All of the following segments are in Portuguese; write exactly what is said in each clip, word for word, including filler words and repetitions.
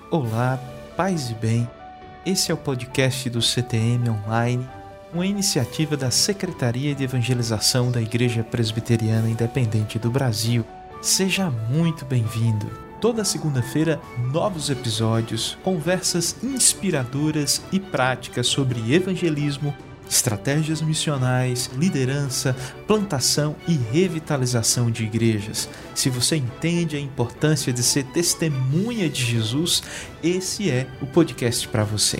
Olá, paz e bem. Esse é o podcast do C T M Online, uma iniciativa da Secretaria de Evangelização da Igreja Presbiteriana Independente do Brasil. Seja muito bem-vindo. Toda segunda-feira, novos episódios, conversas inspiradoras e práticas sobre evangelismo, estratégias missionais, liderança, plantação e revitalização de igrejas. Se você entende a importância de ser testemunha de Jesus, esse é o podcast para você.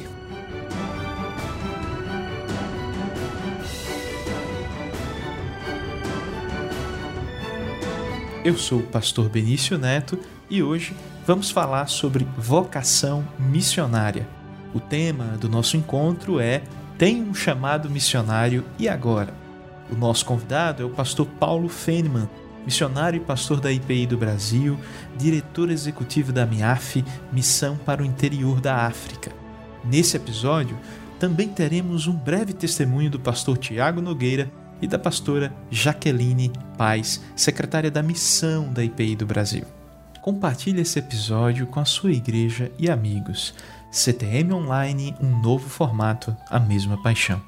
Eu sou o pastor Benício Neto e hoje vamos falar sobre vocação missionária. O tema do nosso encontro é Tem um chamado missionário e agora? O nosso convidado é o pastor Paulo Feynman, missionário e pastor da I P I do Brasil, diretor executivo da M I A F, Missão para o Interior da África. Nesse episódio, também teremos um breve testemunho do pastor Tiago Nogueira e da pastora Jaqueline Paz, secretária da Missão da I P I do Brasil. Compartilhe esse episódio com a sua igreja e amigos. C T M Online, um novo formato, a mesma paixão.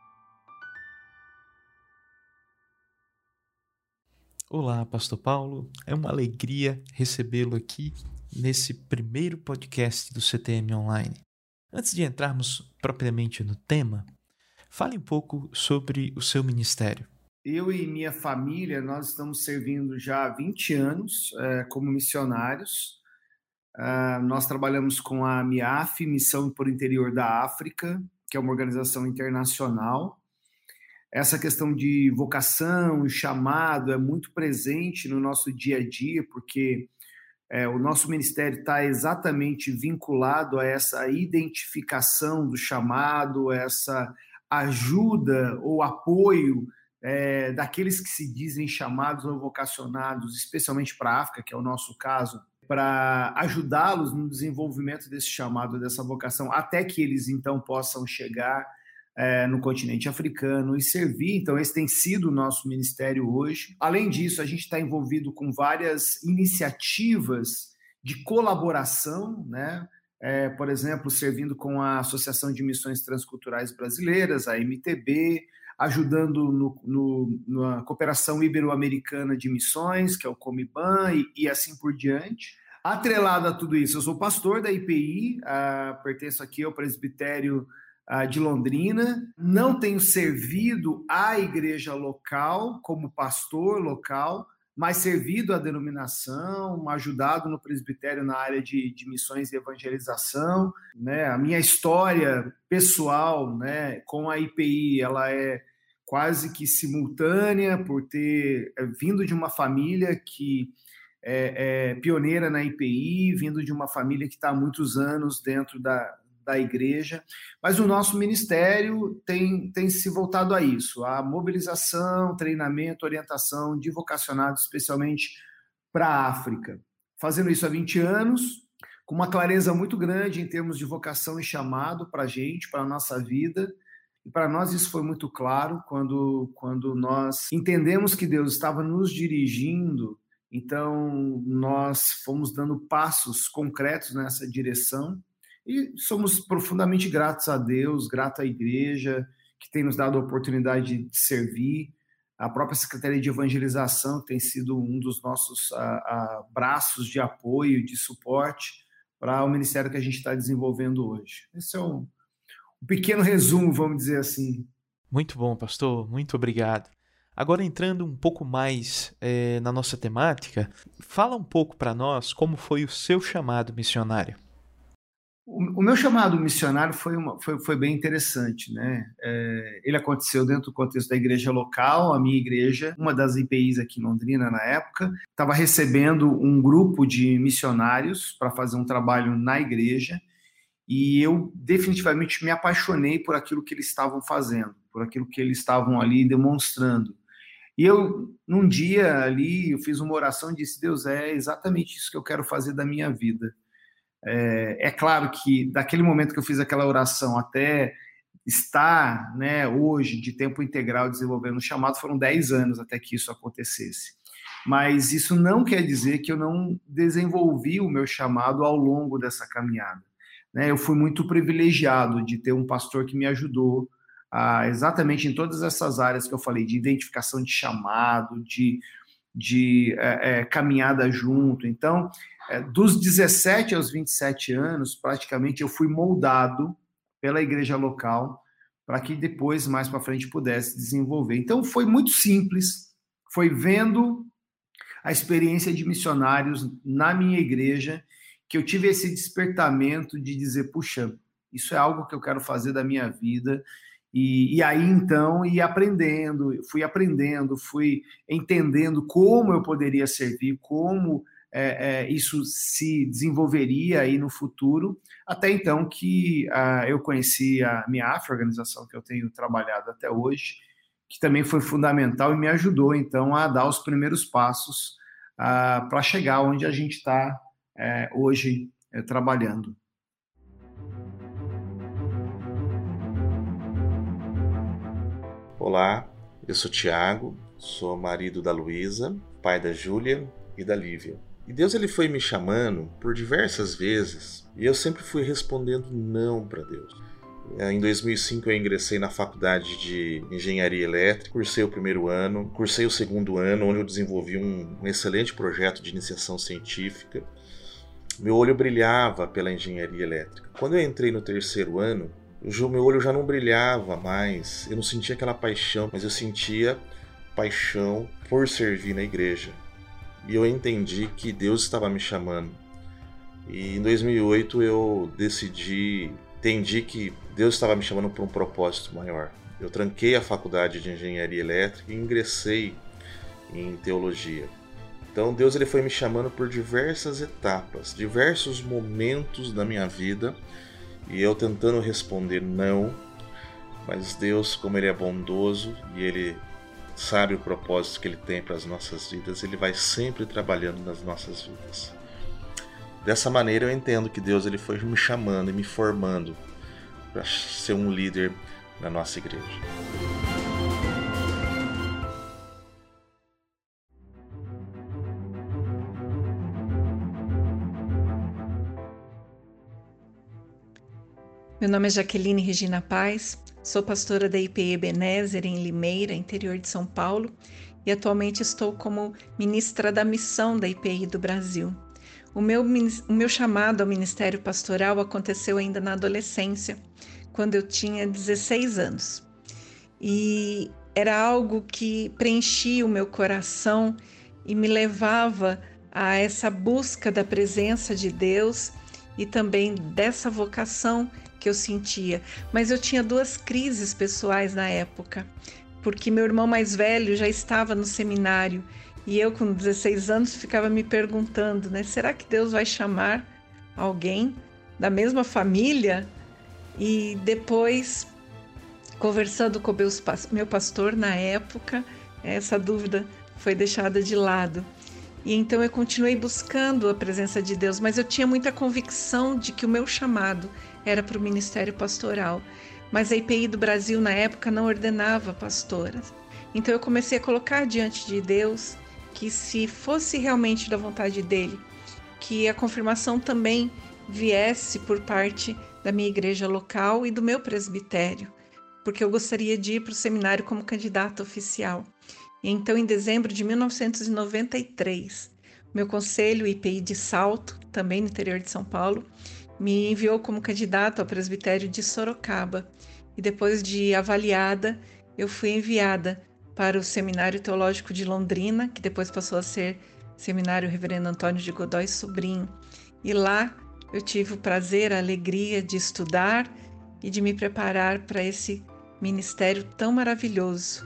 Olá, pastor Paulo. É uma alegria recebê-lo aqui nesse primeiro podcast do C T M Online. Antes de entrarmos propriamente no tema, fale um pouco sobre o seu ministério. Eu e minha família, nós estamos servindo já há vinte anos é, como missionários. Uh, nós trabalhamos com a M I A F, Missão para o Interior da África, que é uma organização internacional. Essa questão de vocação e chamado é muito presente no nosso dia a dia, porque é, o nosso ministério está exatamente vinculado a essa identificação do chamado, essa ajuda ou apoio é, daqueles que se dizem chamados ou vocacionados, especialmente para a África, que é o nosso caso, para ajudá-los no desenvolvimento desse chamado, dessa vocação, até que eles, então, possam chegar é, no continente africano e servir. Então, esse tem sido o nosso ministério hoje. Além disso, a gente está envolvido com várias iniciativas de colaboração, né? É, por exemplo, servindo com a Associação de Missões Transculturais Brasileiras, a M T B, ajudando no, no, na Cooperação Ibero-Americana de Missões, que é o Comiban, e, e assim por diante. Atrelado a tudo isso, eu sou pastor da I P I, uh, pertenço aqui ao presbitério uh, de Londrina, não tenho servido à igreja local como pastor local, mas servido à denominação, ajudado no presbitério na área de, de missões e evangelização. Né? A minha história pessoal, né, com a I P I, ela é quase que simultânea, por ter é, vindo de uma família que é, é pioneira na I P I, vindo de uma família que está há muitos anos dentro da, da igreja. Mas o nosso ministério tem, tem se voltado a isso, a mobilização, treinamento, orientação de vocacionados, especialmente para a África. Fazendo isso há vinte anos, com uma clareza muito grande em termos de vocação e chamado para a gente, para a nossa vida. E para nós isso foi muito claro quando, quando nós entendemos que Deus estava nos dirigindo. Então, nós fomos dando passos concretos nessa direção e somos profundamente gratos a Deus, gratos à igreja, que tem nos dado a oportunidade de servir, a própria Secretaria de Evangelização, que tem sido um dos nossos a, a, braços de apoio, de suporte para o ministério que a gente está desenvolvendo hoje. Esse é um, um pequeno resumo, vamos dizer assim. Muito bom, pastor. Muito obrigado. Agora, entrando um pouco mais é, na nossa temática, fala um pouco para nós como foi o seu chamado missionário. O, o meu chamado missionário foi, uma, foi, foi bem interessante, né? É, ele aconteceu dentro do contexto da igreja local, a minha igreja, uma das I P Is aqui em Londrina na época, estava recebendo um grupo de missionários para fazer um trabalho na igreja e eu definitivamente me apaixonei por aquilo que eles estavam fazendo, por aquilo que eles estavam ali demonstrando. E eu, num dia ali, eu fiz uma oração e disse, Deus, é exatamente isso que eu quero fazer da minha vida. É, é claro que daquele momento que eu fiz aquela oração até estar, né, hoje, de tempo integral, desenvolvendo o chamado, foram dez anos até que isso acontecesse. mas isso não quer dizer que eu não desenvolvi o meu chamado ao longo dessa caminhada. Né? Eu fui muito privilegiado de ter um pastor que me ajudou a, exatamente em todas essas áreas que eu falei, de identificação de chamado, de, de é, é, caminhada junto. Então, é, dos dezessete aos vinte e sete anos, praticamente eu fui moldado pela igreja local para que depois, mais para frente, pudesse desenvolver. Então, foi muito simples, foi vendo a experiência de missionários na minha igreja que eu tive esse despertamento de dizer, puxa, isso é algo que eu quero fazer da minha vida. E, e aí, então, ia aprendendo, fui aprendendo, fui entendendo como eu poderia servir, como é, é, isso se desenvolveria aí no futuro, até então que uh, eu conheci a M I A F, a organização que eu tenho trabalhado até hoje, que também foi fundamental e me ajudou, então, a dar os primeiros passos uh, para chegar onde a gente está uh, hoje uh, trabalhando. Olá, eu sou Tiago, sou marido da Luísa, pai da Júlia e da Lívia. E Deus ele foi me chamando por diversas vezes e eu sempre fui respondendo não para Deus. Em dois mil e cinco eu ingressei na faculdade de Engenharia Elétrica, cursei o primeiro ano, cursei o segundo ano, onde eu desenvolvi um, um excelente projeto de iniciação científica. Meu olho brilhava pela engenharia elétrica. Quando eu entrei no terceiro ano, o meu olho já não brilhava mais, eu não sentia aquela paixão, mas eu sentia paixão por servir na igreja. E eu entendi que Deus estava me chamando. E em dois mil e oito eu decidi, entendi que Deus estava me chamando para um propósito maior. Eu tranquei a faculdade de engenharia elétrica e ingressei em teologia. Então Deus ele foi me chamando por diversas etapas, diversos momentos da minha vida, e eu tentando responder não, mas Deus, como Ele é bondoso e Ele sabe o propósito que Ele tem para as nossas vidas, Ele vai sempre trabalhando nas nossas vidas. Dessa maneira eu entendo que Deus ele foi me chamando e me formando para ser um líder na nossa igreja. Meu nome é Jaqueline Regina Paz, sou pastora da I P E Ebenezer em Limeira, interior de São Paulo, e atualmente estou como ministra da missão da I P I do Brasil. O meu, o meu chamado ao ministério pastoral aconteceu ainda na adolescência, quando eu tinha dezesseis anos. E era algo que preenchia o meu coração e me levava a essa busca da presença de Deus e também dessa vocação que eu sentia. Mas eu tinha duas crises pessoais na época, porque meu irmão mais velho já estava no seminário e eu com dezesseis anos ficava me perguntando, né, será que Deus vai chamar alguém da mesma família? E depois, conversando com meu pastor na época, essa dúvida foi deixada de lado. E então eu continuei buscando a presença de Deus, mas eu tinha muita convicção de que o meu chamado era para o ministério pastoral. Mas a I P I do Brasil, na época, não ordenava pastoras. Então eu comecei a colocar diante de Deus que, se fosse realmente da vontade dele, que a confirmação também viesse por parte da minha igreja local e do meu presbitério, porque eu gostaria de ir para o seminário como candidata oficial. E então, em dezembro de mil novecentos e noventa e três, meu conselho I P I de Salto, também no interior de São Paulo, me enviou como candidata ao presbitério de Sorocaba. E depois de avaliada, eu fui enviada para o Seminário Teológico de Londrina, que depois passou a ser Seminário Reverendo Antônio de Godói Sobrinho. E lá eu tive o prazer, a alegria de estudar e de me preparar para esse ministério tão maravilhoso.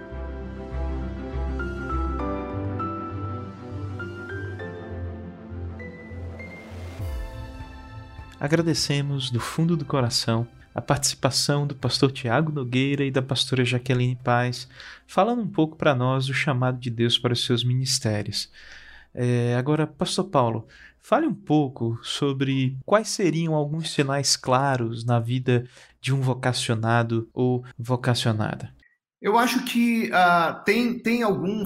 Agradecemos do fundo do coração a participação do pastor Tiago Nogueira e da pastora Jaqueline Paz, falando um pouco para nós do chamado de Deus para os seus ministérios. É, agora, pastor Paulo, fale um pouco sobre quais seriam alguns sinais claros na vida de um vocacionado ou vocacionada. Eu acho que uh, tem, tem alguns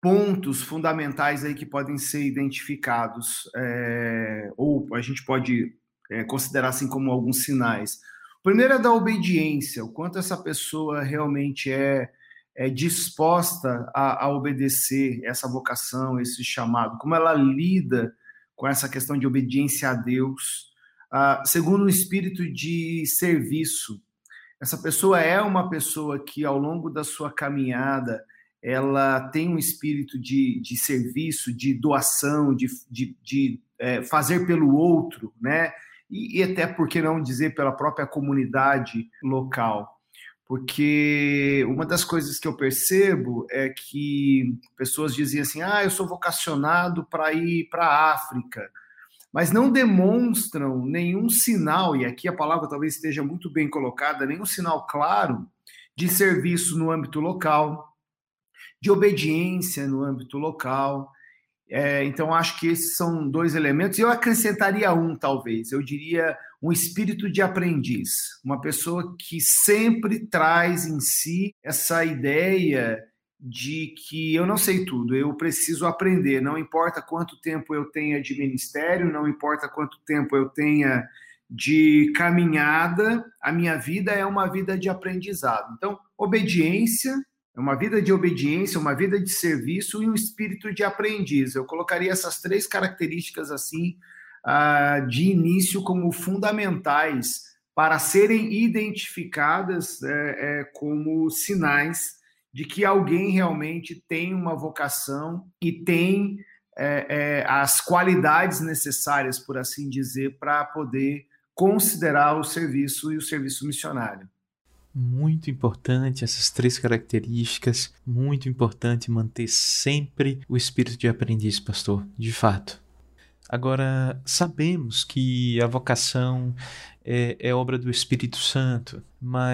pontos fundamentais aí que podem ser identificados, é, ou a gente pode é, considerar assim como alguns sinais. O primeiro é da obediência, o quanto essa pessoa realmente é, é disposta a, a obedecer essa vocação, esse chamado, como ela lida com essa questão de obediência a Deus. Ah, segundo, o espírito de serviço. Essa pessoa é uma pessoa que, ao longo da sua caminhada, ela tem um espírito de, de serviço, de doação, de, de, de é, fazer pelo outro, né? E, e até, por que não dizer, pela própria comunidade local. Porque uma das coisas que eu percebo é que pessoas diziam assim, ah, eu sou vocacionado para ir para a África, mas não demonstram nenhum sinal, e aqui a palavra talvez esteja muito bem colocada, nenhum sinal claro de serviço no âmbito local, de obediência no âmbito local. É, então, acho que esses são dois elementos. Eu acrescentaria um, talvez. Eu diria um espírito de aprendiz. Uma pessoa que sempre traz em si essa ideia de que eu não sei tudo, eu preciso aprender. Não importa quanto tempo eu tenha de ministério, não importa quanto tempo eu tenha de caminhada, a minha vida é uma vida de aprendizado. Então, obediência... É uma vida de obediência, uma vida de serviço e um espírito de aprendiz. Eu colocaria essas três características assim, de início como fundamentais para serem identificadas como sinais de que alguém realmente tem uma vocação e tem as qualidades necessárias, por assim dizer, para poder considerar o serviço e o serviço missionário. Muito importante essas três características, muito importante manter sempre o espírito de aprendiz, pastor, de fato. Agora, sabemos que a vocação é, é obra do Espírito Santo,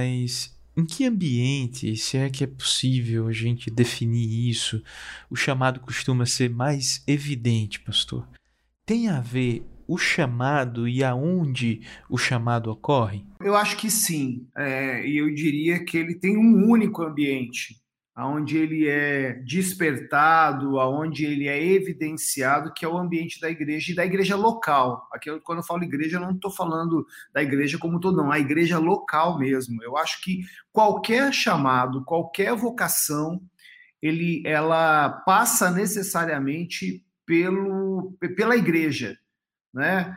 mas em que ambiente, se é que é possível a gente definir isso, o chamado costuma ser mais evidente, pastor? Tem a ver o chamado e aonde o chamado ocorre? Eu acho que sim, é, e eu diria que ele tem um único ambiente, onde ele é despertado, onde ele é evidenciado, que é o ambiente da igreja e da igreja local. Aqui, quando eu falo igreja, eu não estou falando da igreja como todo, não, a igreja local mesmo. Eu acho que qualquer chamado, qualquer vocação, ele, ela passa necessariamente pelo, pela igreja, né?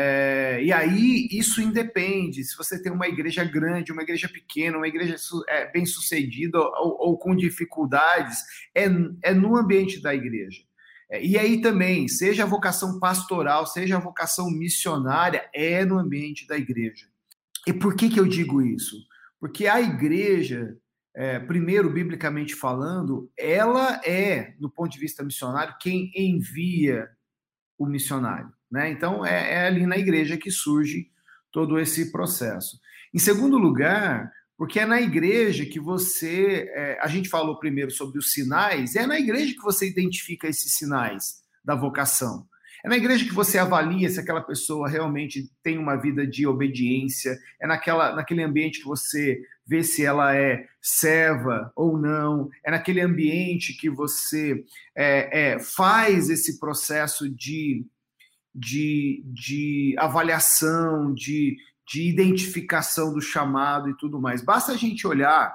É, e aí isso independe se você tem uma igreja grande, uma igreja pequena, uma igreja é, bem sucedida ou, ou com dificuldades, é, é no ambiente da igreja. É, e aí também, seja a vocação pastoral, seja a vocação missionária, é no ambiente da igreja. E por que que eu digo isso? Porque a igreja, é, primeiro, biblicamente falando, ela é, do ponto de vista missionário, quem envia o missionário. Né? Então, é, é ali na igreja que surge todo esse processo. Em segundo lugar, porque é na igreja que você... É, a gente falou primeiro sobre os sinais, é na igreja que você identifica esses sinais da vocação. É na igreja que você avalia se aquela pessoa realmente tem uma vida de obediência, é naquela, naquele ambiente que você vê se ela é serva ou não, é naquele ambiente que você é, é, faz esse processo de... De, de avaliação, de, de identificação do chamado e tudo mais. Basta a gente olhar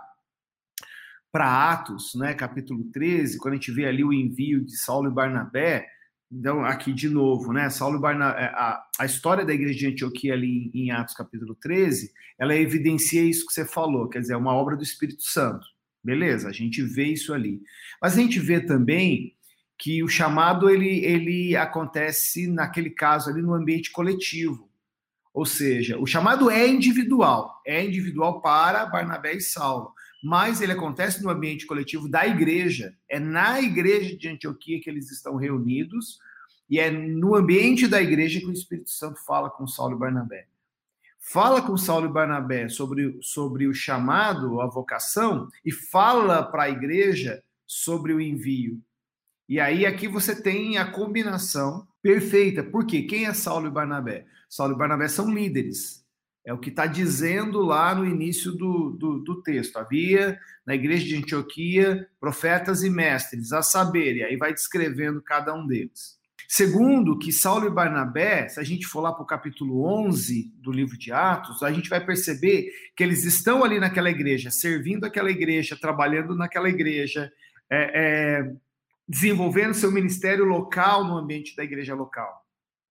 para Atos, né, capítulo treze, quando a gente vê ali o envio de Saulo e Barnabé. Então, aqui de novo, né, Saulo e Barnabé, a, a história da igreja de Antioquia ali em Atos capítulo treze, ela evidencia isso que você falou, quer dizer, é uma obra do Espírito Santo. Beleza, a gente vê isso ali. Mas a gente vê também que o chamado ele, ele acontece, naquele caso ali, no ambiente coletivo. Ou seja, o chamado é individual, é individual para Barnabé e Saulo, mas ele acontece no ambiente coletivo da igreja. É na igreja de Antioquia que eles estão reunidos, e é no ambiente da igreja que o Espírito Santo fala com Saulo e Barnabé. Fala com Saulo e Barnabé sobre, sobre o chamado, a vocação, e fala para a igreja sobre o envio. E aí aqui você tem a combinação perfeita. Por quê? Quem é Saulo e Barnabé? Saulo e Barnabé são líderes. É o que está dizendo lá no início do, do, do texto. Havia na igreja de Antioquia profetas e mestres, a saber, e aí vai descrevendo cada um deles. Segundo, que Saulo e Barnabé, se a gente for lá para o capítulo onze do livro de Atos, a gente vai perceber que eles estão ali naquela igreja, servindo aquela igreja, trabalhando naquela igreja, é, é, desenvolvendo seu ministério local no ambiente da igreja local.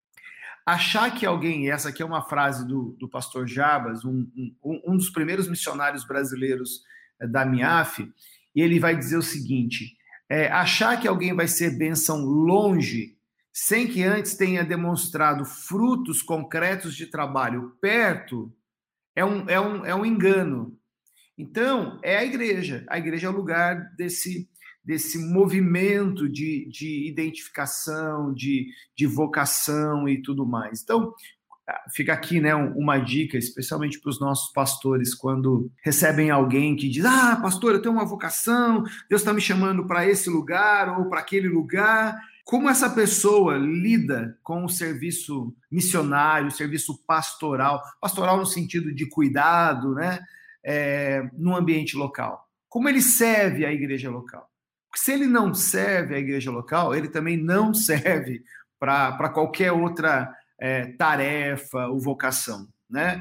Achar que alguém, essa aqui é uma frase do, do pastor Jabas, um, um, um dos primeiros missionários brasileiros da M I A F, e ele vai dizer o seguinte, é, achar que alguém vai ser bênção longe, sem que antes tenha demonstrado frutos concretos de trabalho perto, é um, é um, é um engano. Então, é a igreja. A igreja é o lugar desse, desse movimento de, de identificação, de, de vocação e tudo mais. Então, fica aqui, né, uma dica, especialmente para os nossos pastores, quando recebem alguém que diz, ah, pastor, eu tenho uma vocação, Deus está me chamando para esse lugar ou para aquele lugar. Como essa pessoa lida com o serviço missionário, o serviço pastoral, pastoral no sentido de cuidado, né, é, no ambiente local? Como ele serve a igreja local? Porque se ele não serve a igreja local, ele também não serve para qualquer outra é, tarefa ou vocação, né?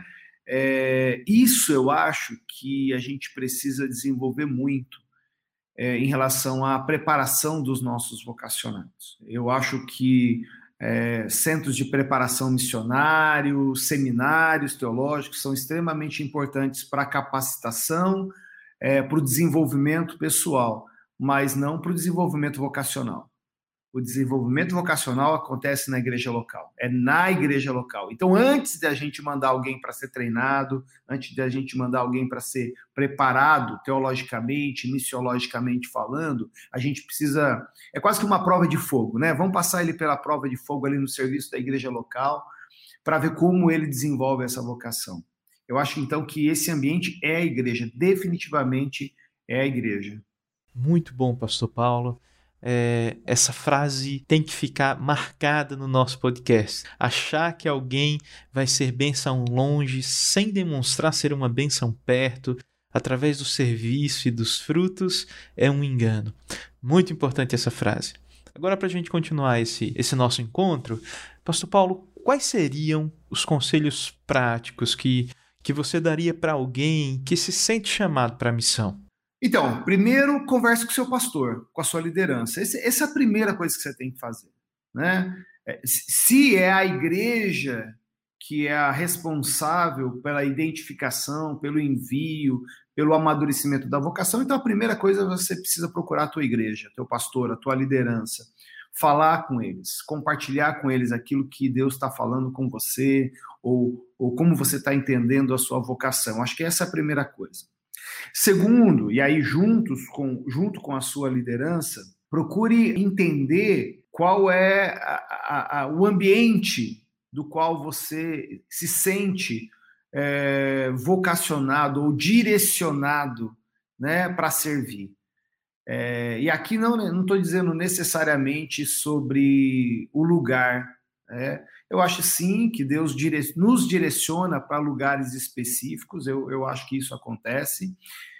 É, isso eu acho que a gente precisa desenvolver muito É, em relação à preparação dos nossos vocacionados. Eu acho que é, centros de preparação missionário, seminários teológicos são extremamente importantes para a capacitação, é, para o desenvolvimento pessoal, mas não para o desenvolvimento vocacional. O desenvolvimento vocacional acontece na igreja local, é na igreja local. Então, antes de a gente mandar alguém para ser treinado, antes de a gente mandar alguém para ser preparado teologicamente, missiologicamente falando, a gente precisa... É quase que uma prova de fogo, né? Vamos passar ele pela prova de fogo ali no serviço da igreja local para ver como ele desenvolve essa vocação. Eu acho, então, que esse ambiente é a igreja, definitivamente é a igreja. Muito bom, pastor Paulo. É, essa frase tem que ficar marcada no nosso podcast. Achar que alguém vai ser bênção longe sem demonstrar ser uma bênção perto, através do serviço e dos frutos, é um engano. Muito importante essa frase. Agora, para a gente continuar esse, esse nosso encontro, pastor Paulo, quais seriam os conselhos práticos que, que você daria para alguém que se sente chamado para a missão? Então, primeiro, converse com o seu pastor, com a sua liderança. Esse, essa é a primeira coisa que você tem que fazer, né? Se é a igreja que é a responsável pela identificação, pelo envio, pelo amadurecimento da vocação, então a primeira coisa é você precisa procurar a tua igreja, teu pastor, a tua liderança, falar com eles, compartilhar com eles aquilo que Deus está falando com você, ou, ou como você está entendendo a sua vocação. Acho que essa é a primeira coisa. Segundo, e aí juntos com, junto com a sua liderança, procure entender qual é a, a, a, o ambiente do qual você se sente é, vocacionado ou direcionado, né, para servir. É, e aqui não estou dizendo necessariamente sobre o lugar. Né? Eu acho sim que Deus dire... nos direciona para lugares específicos, eu, eu acho que isso acontece,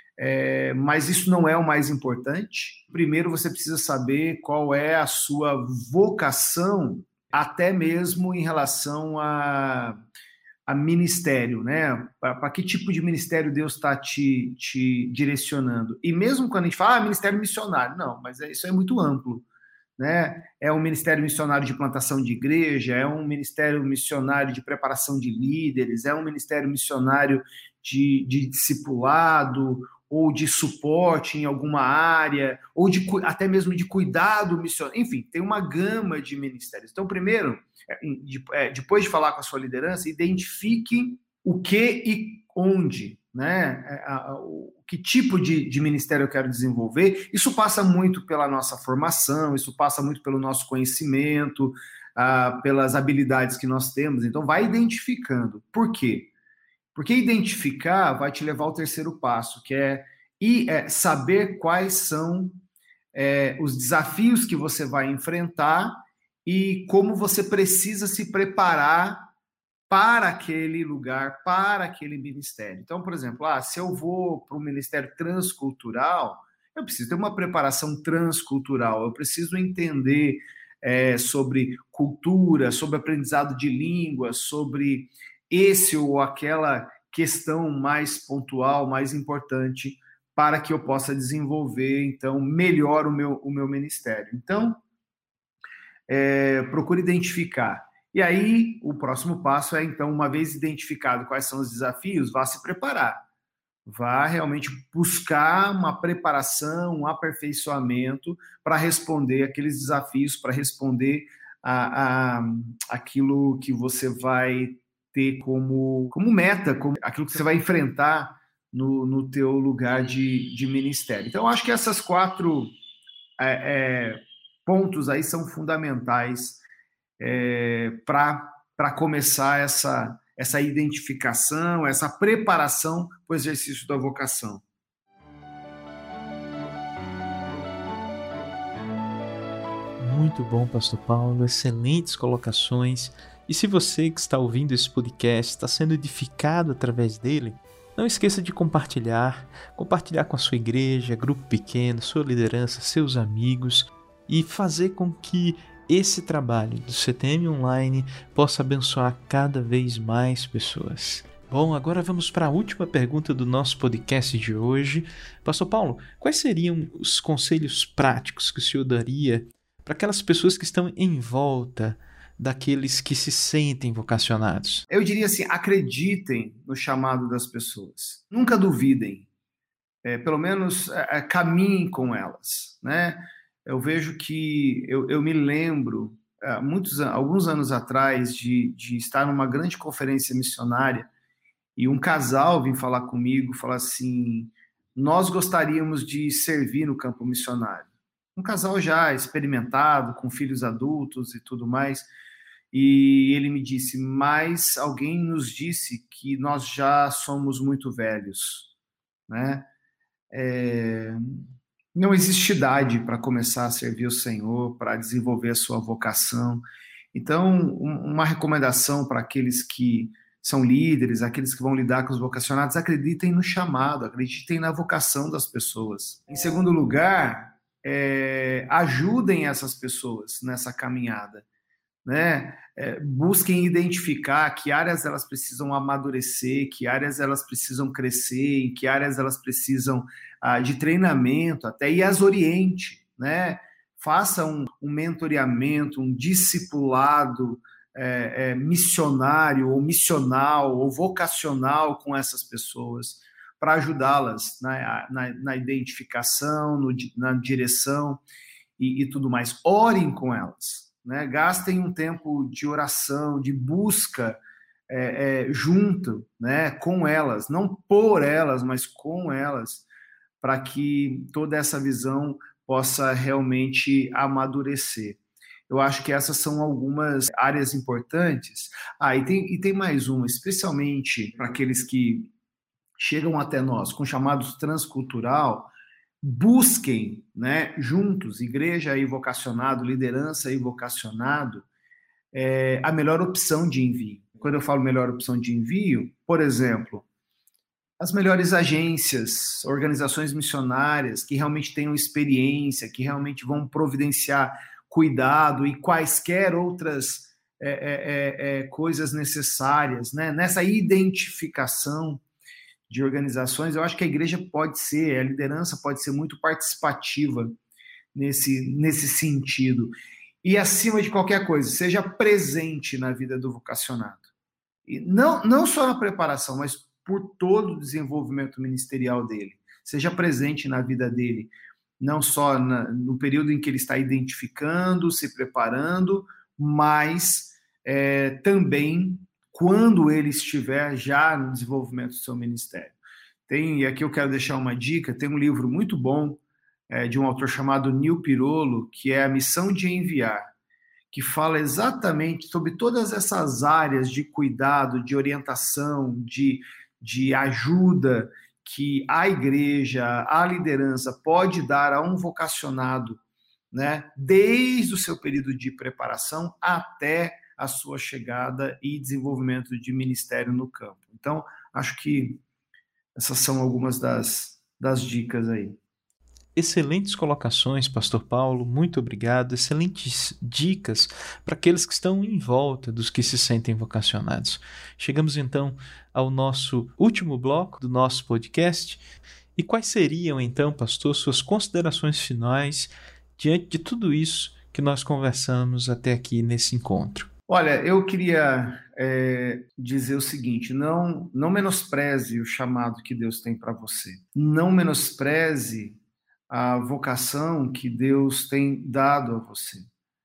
é, mas isso não é o mais importante. Primeiro você precisa saber qual é a sua vocação, até mesmo em relação a, a ministério, né? Para que tipo de ministério Deus está te, te direcionando. E mesmo quando a gente fala, ah, ministério missionário, não, mas é, isso é muito amplo. Né? É um ministério missionário de plantação de igreja, é um ministério missionário de preparação de líderes, é um ministério missionário de, de discipulado ou de suporte em alguma área, ou de, até mesmo de cuidado missionário. Enfim, tem uma gama de ministérios. Então, primeiro, depois de falar com a sua liderança, identifique o que e onde, né? O que tipo de, de ministério eu quero desenvolver. Isso passa muito pela nossa formação, isso passa muito pelo nosso conhecimento, uh, pelas habilidades que nós temos. Então, vai identificando. Por quê? Porque identificar vai te levar ao terceiro passo, que é, e, é saber quais são é, os desafios que você vai enfrentar e como você precisa se preparar para aquele lugar, para aquele ministério. Então, por exemplo, ah, se eu vou para um ministério transcultural, eu preciso ter uma preparação transcultural, eu preciso entender é, sobre cultura, sobre aprendizado de língua, sobre esse ou aquela questão mais pontual, mais importante, para que eu possa desenvolver, então, melhor o meu, o meu ministério. Então, é, procure identificar. E aí, o próximo passo é, então, uma vez identificado quais são os desafios, vá se preparar. Vá realmente buscar uma preparação, um aperfeiçoamento para responder aqueles desafios, para responder a, a, aquilo que você vai ter como, como meta, como aquilo que você vai enfrentar no, no teu lugar de, de ministério. Então, acho que essas quatro é, é, pontos aí são fundamentais é, para começar essa, essa identificação, essa preparação para o exercício da vocação. Muito bom, Pastor Paulo, excelentes colocações. E se você que está ouvindo esse podcast está sendo edificado através dele, não esqueça de compartilhar, compartilhar com a sua igreja, grupo pequeno, sua liderança, seus amigos e fazer com que esse trabalho do C T M Online possa abençoar cada vez mais pessoas. Bom, agora vamos para a última pergunta do nosso podcast de hoje. Pastor Paulo, quais seriam os conselhos práticos que o senhor daria para aquelas pessoas que estão em volta daqueles que se sentem vocacionados? Eu diria assim, acreditem no chamado das pessoas. Nunca duvidem. É, pelo menos é, caminhem com elas, né? Eu vejo que, eu, eu me lembro, é, muitos, alguns anos atrás, de, de estar numa grande conferência missionária e um casal vim falar comigo, falar assim, nós gostaríamos de servir no campo missionário. Um casal já experimentado, com filhos adultos e tudo mais, e ele me disse, mas alguém nos disse que nós já somos muito velhos, né? É, não existe idade para começar a servir o Senhor, para desenvolver a sua vocação. Então, uma recomendação para aqueles que são líderes, aqueles que vão lidar com os vocacionados, acreditem no chamado, acreditem na vocação das pessoas. Em segundo lugar, é, ajudem essas pessoas nessa caminhada, né? É, busquem identificar que áreas elas precisam amadurecer, que áreas elas precisam crescer, em que áreas elas precisam ah, de treinamento até, e as oriente, né? Faça um, um mentoreamento, um discipulado é, é, missionário ou missional ou vocacional com essas pessoas para ajudá-las na, na, na identificação, no, na direção e, e tudo mais. Orem com elas. Né, gastem um tempo de oração, de busca é, é, junto, né, com elas, não por elas, mas com elas, para que toda essa visão possa realmente amadurecer. Eu acho que essas são algumas áreas importantes. Ah, e tem, e tem mais uma, especialmente para aqueles que chegam até nós com chamados transcultural. Busquem, né, juntos, igreja e vocacionado, liderança e vocacionado, é, a melhor opção de envio. Quando eu falo melhor opção de envio, por exemplo, as melhores agências, organizações missionárias que realmente tenham experiência, que realmente vão providenciar cuidado e quaisquer outras é, é, é, coisas necessárias, né, nessa identificação de organizações. Eu acho que a igreja pode ser, a liderança pode ser muito participativa nesse, nesse sentido. E, acima de qualquer coisa, seja presente na vida do vocacionado. E não, não só na preparação, mas por todo o desenvolvimento ministerial dele. Seja presente na vida dele, não só na, no período em que ele está identificando, se preparando, mas é, também quando ele estiver já no desenvolvimento do seu ministério. Tem, e aqui eu quero deixar uma dica, tem um livro muito bom é, de um autor chamado Neil Pirolo, que é A Missão de Enviar, que fala exatamente sobre todas essas áreas de cuidado, de orientação, de, de ajuda que a igreja, a liderança pode dar a um vocacionado, né, desde o seu período de preparação até a sua chegada e desenvolvimento de ministério no campo. Então, acho que essas são algumas das, das dicas aí. Excelentes colocações, Pastor Paulo, muito obrigado. Excelentes dicas para aqueles que estão em volta dos que se sentem vocacionados. Chegamos então ao nosso último bloco do nosso podcast. E quais seriam então, pastor, suas considerações finais diante de tudo isso que nós conversamos até aqui nesse encontro? Olha, eu queria é, dizer o seguinte, não, não menospreze o chamado que Deus tem para você. Não menospreze a vocação que Deus tem dado a você.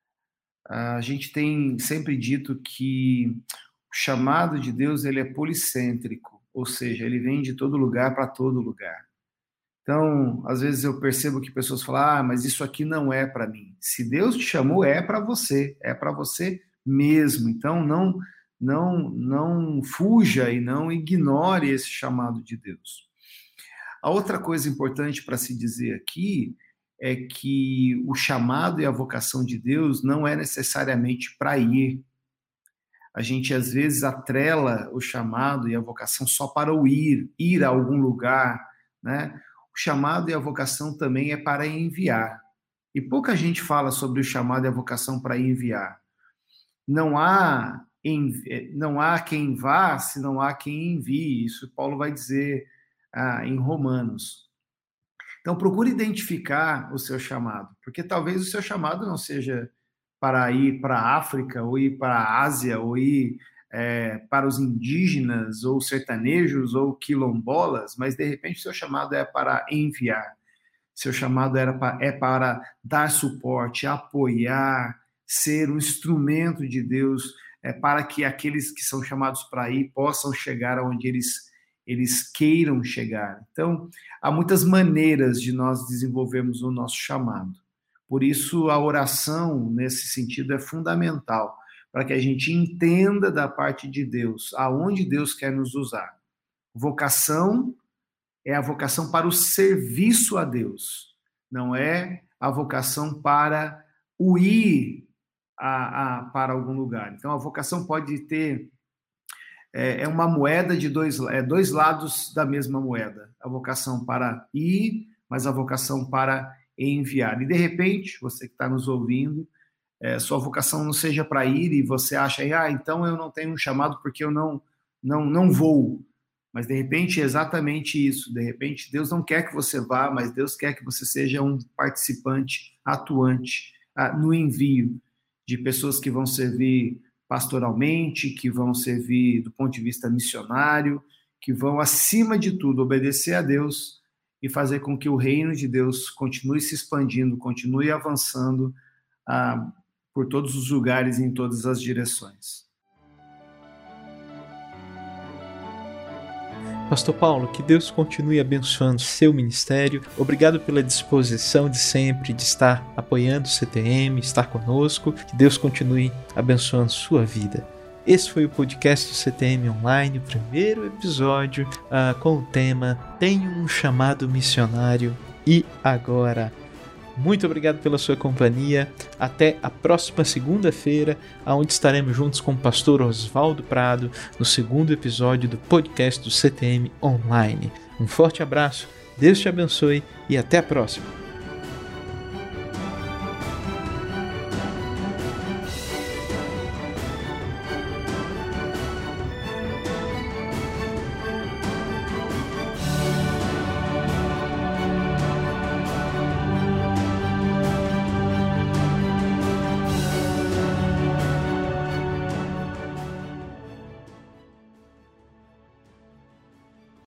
A gente tem sempre dito que o chamado de Deus ele é policêntrico, ou seja, ele vem de todo lugar para todo lugar. Então, às vezes eu percebo que pessoas falam, ah, mas isso aqui não é para mim. Se Deus te chamou, é para você, é para você mesmo. Então, não, não, não fuja e não ignore esse chamado de Deus. A outra coisa importante para se dizer aqui é que o chamado e a vocação de Deus não é necessariamente para ir. A gente, às vezes, atrela o chamado e a vocação só para o ir, ir a algum lugar, né? O chamado e a vocação também é para enviar. E pouca gente fala sobre o chamado e a vocação para enviar. Não há, não há quem vá se não há quem envie. Isso Paulo vai dizer ah, em Romanos. Então, procure identificar o seu chamado, porque talvez o seu chamado não seja para ir para a África, ou ir para a Ásia, ou ir é, para os indígenas, ou sertanejos, ou quilombolas, mas de repente o seu chamado é para enviar. Seu chamado era para, é para dar suporte, apoiar, ser um instrumento de Deus é, para que aqueles que são chamados para ir possam chegar aonde eles, eles queiram chegar. Então, há muitas maneiras de nós desenvolvermos o nosso chamado. Por isso, a oração, nesse sentido, é fundamental, para que a gente entenda da parte de Deus, aonde Deus quer nos usar. Vocação é a vocação para o serviço a Deus, não é a vocação para o ir a, a, para algum lugar. Então, a vocação pode ter, é, é uma moeda de dois, é, dois lados da mesma moeda. A vocação para ir, mas a vocação para enviar. E, de repente, você que está nos ouvindo, é, sua vocação não seja para ir e você acha, ah, então eu não tenho um chamado porque eu não, não, não vou. Mas, de repente, é exatamente isso. De repente, Deus não quer que você vá, mas Deus quer que você seja um participante atuante ah, no envio de pessoas que vão servir pastoralmente, que vão servir do ponto de vista missionário, que vão, acima de tudo, obedecer a Deus e fazer com que o reino de Deus continue se expandindo, continue avançando ah, por todos os lugares e em todas as direções. Pastor Paulo, que Deus continue abençoando seu ministério. Obrigado pela disposição de sempre de estar apoiando o C T M, estar conosco. Que Deus continue abençoando sua vida. Esse foi o podcast do C T M Online, o primeiro episódio uh, com o tema Tenho um chamado missionário e agora? Muito obrigado pela sua companhia. Até a próxima segunda-feira, onde estaremos juntos com o pastor Oswaldo Prado no segundo episódio do podcast do C T M Online. Um forte abraço, Deus te abençoe e até a próxima.